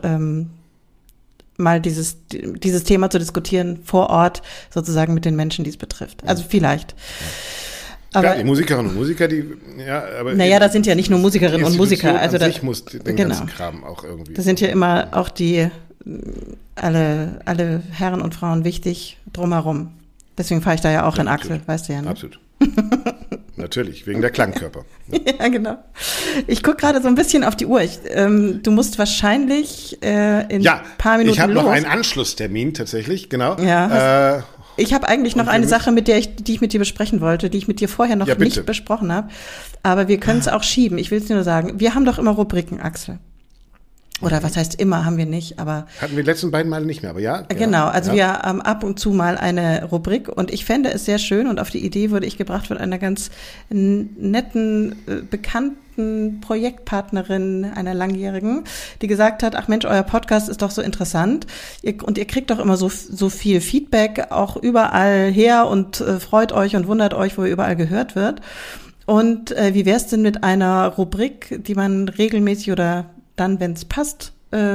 mal dieses Thema zu diskutieren vor Ort, sozusagen mit den Menschen, die es betrifft. Also vielleicht. Aber klar, die Musikerinnen und Musiker, aber naja, das sind ja nicht nur Musikerinnen und Musiker. Also ich muss den ganzen Kram auch irgendwie. Das sind ja immer auch die alle Herren und Frauen wichtig drumherum. Deswegen fahre ich da ja auch in Axel, weißt du ja, ne? Absolut. Natürlich, wegen der Klangkörper. Ja, genau. Ich gucke gerade so ein bisschen auf die Uhr. Du musst wahrscheinlich in ein paar Minuten ich habe los. noch einen Anschlusstermin tatsächlich, genau. Ja, ich habe eigentlich noch eine Sache, die ich mit dir besprechen wollte, die ich mit dir vorher noch nicht besprochen habe. Aber wir können es auch schieben. Ich will es dir nur sagen. Wir haben doch immer Rubriken, Axel. Oder was heißt immer, haben wir nicht, aber... Hatten wir die letzten beiden Male nicht mehr, aber ja. Genau, also wir haben ab und zu mal eine Rubrik und ich fände es sehr schön und auf die Idee wurde ich gebracht von einer ganz netten, bekannten Projektpartnerin, einer Langjährigen, die gesagt hat, ach Mensch, euer Podcast ist doch so interessant und ihr kriegt doch immer so viel Feedback auch überall her und freut euch und wundert euch, wo ihr überall gehört wird. Und wie wäre es denn mit einer Rubrik, die man regelmäßig oder dann, wenn es passt,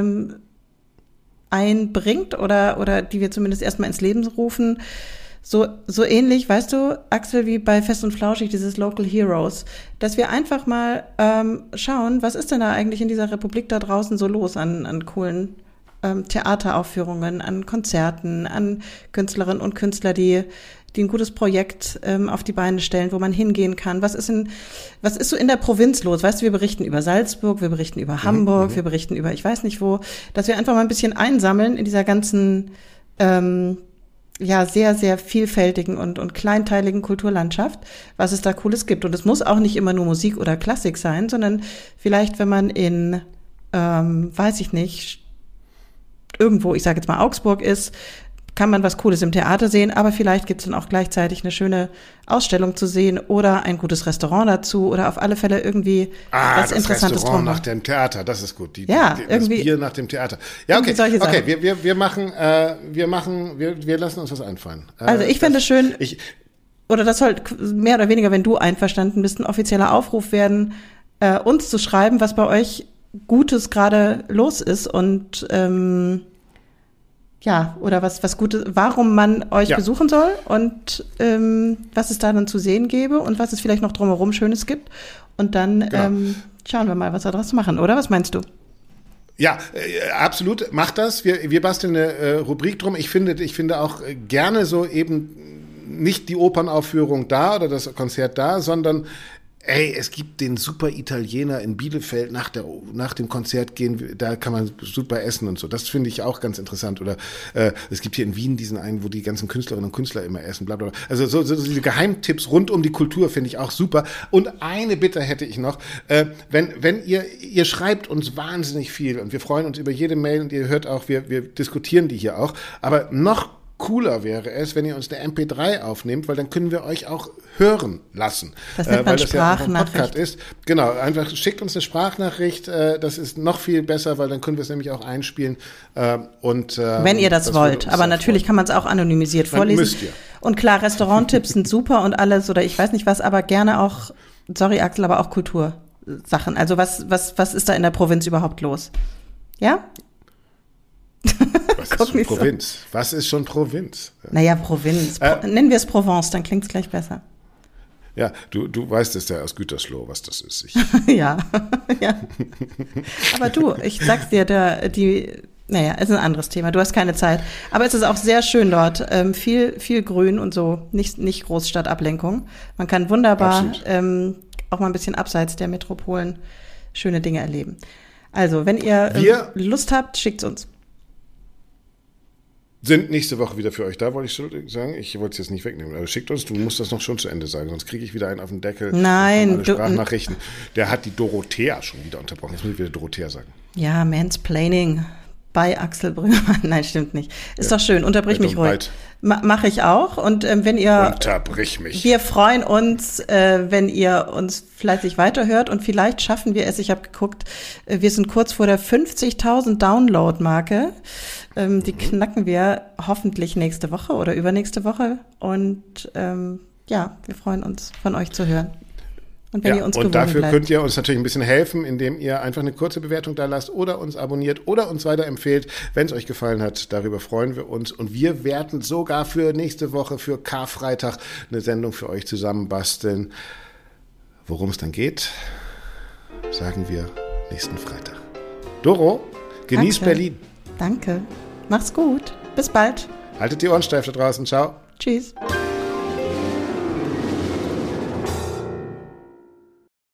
einbringt oder die wir zumindest erstmal ins Leben rufen. So ähnlich, weißt du, Axel, wie bei Fest und Flauschig, dieses Local Heroes, dass wir einfach mal schauen, was ist denn da eigentlich in dieser Republik da draußen so los an coolen Theateraufführungen, an Konzerten, an Künstlerinnen und Künstler, die ein gutes Projekt auf die Beine stellen, wo man hingehen kann. Was ist so in der Provinz los? Weißt du, wir berichten über Salzburg, wir berichten über Hamburg, wir berichten über ich weiß nicht wo, dass wir einfach mal ein bisschen einsammeln in dieser ganzen sehr, sehr vielfältigen und kleinteiligen Kulturlandschaft, was es da Cooles gibt. Und es muss auch nicht immer nur Musik oder Klassik sein, sondern vielleicht, wenn man in, weiß ich nicht, irgendwo, ich sage jetzt mal Augsburg ist, kann man was Cooles im Theater sehen, aber vielleicht gibt es dann auch gleichzeitig eine schöne Ausstellung zu sehen oder ein gutes Restaurant dazu oder auf alle Fälle irgendwie was Interessantes Restaurant nach dem Theater, das ist gut. Irgendwie das Bier nach dem Theater. Ja, okay. Wir lassen uns was einfallen. Also ich fände es schön, oder das soll mehr oder weniger, wenn du einverstanden bist, ein offizieller Aufruf werden, uns zu schreiben, was bei euch Gutes gerade los ist und oder was Gutes, warum man euch besuchen soll und was es da dann zu sehen gäbe und was es vielleicht noch drumherum Schönes gibt. Und dann schauen wir mal, was wir daraus machen, oder? Was meinst du? Ja, absolut, macht das. Wir basteln eine Rubrik drum. Ich finde auch gerne so eben nicht die Opernaufführung da oder das Konzert da, sondern es gibt den super Italiener in Bielefeld nach dem Konzert gehen, da kann man super essen und so. Das finde ich auch ganz interessant. Oder es gibt hier in Wien diesen einen, wo die ganzen Künstlerinnen und Künstler immer essen, bla bla bla. Also so diese Geheimtipps rund um die Kultur finde ich auch super. Und eine Bitte hätte ich noch, wenn ihr schreibt uns wahnsinnig viel und wir freuen uns über jede Mail und ihr hört auch, wir diskutieren die hier auch, aber noch cooler wäre es, wenn ihr uns eine MP3 aufnehmt, weil dann können wir euch auch hören lassen. Das nennt man Sprachnachricht. Ja ein Podcast ist. Genau, einfach schickt uns eine Sprachnachricht, das ist noch viel besser, weil dann können wir es nämlich auch einspielen. Wenn ihr das wollt, aber natürlich kann man es auch anonymisiert vorlesen. Müsst ihr. Und klar, Restauranttipps sind super und alles oder ich weiß nicht was, aber gerne auch, sorry Axel, aber auch Kultursachen. Also was ist da in der Provinz überhaupt los? Ja? Was ist schon Provinz? So. Was ist schon Provinz? Naja, Provinz. Nennen wir es Provence, dann klingt es gleich besser. Ja, du weißt es ja aus Gütersloh, was das ist. Ja. Aber du, ich sag's dir, ist ein anderes Thema. Du hast keine Zeit. Aber es ist auch sehr schön dort. Viel Grün und so. Nicht Großstadtablenkung. Man kann wunderbar auch mal ein bisschen abseits der Metropolen schöne Dinge erleben. Also, wenn ihr Lust habt, schickt's uns. Sind nächste Woche wieder für euch da, wollte ich sagen. Ich wollte es jetzt nicht wegnehmen, aber schickt uns, du musst das noch schon zu Ende sagen, sonst kriege ich wieder einen auf den Deckel. Nein. Sprachnachrichten. Der hat die Dorothea schon wieder unterbrochen. Jetzt muss ich wieder Dorothea sagen. Ja, Mansplaining bei Axel Brüggemann. Nein, stimmt nicht. Ist doch schön, unterbrich mich ruhig. Mache ich auch. Und wenn ihr... Unterbrich mich. Wir freuen uns, wenn ihr uns fleißig weiterhört und vielleicht schaffen wir es, ich habe geguckt, wir sind kurz vor der 50.000 Download-Marke. Die knacken wir hoffentlich nächste Woche oder übernächste Woche. Und wir freuen uns, von euch zu hören. Und wenn ihr uns gewogen dafür bleibt. Könnt ihr uns natürlich ein bisschen helfen, indem ihr einfach eine kurze Bewertung da lasst oder uns abonniert oder uns weiterempfehlt. Wenn es euch gefallen hat, darüber freuen wir uns. Und wir werden sogar für nächste Woche, für Karfreitag, eine Sendung für euch zusammenbasteln. Worum es dann geht, sagen wir nächsten Freitag. Doro, genieß Berlin. Danke. Mach's gut. Bis bald. Haltet die Ohren steif da draußen. Ciao. Tschüss.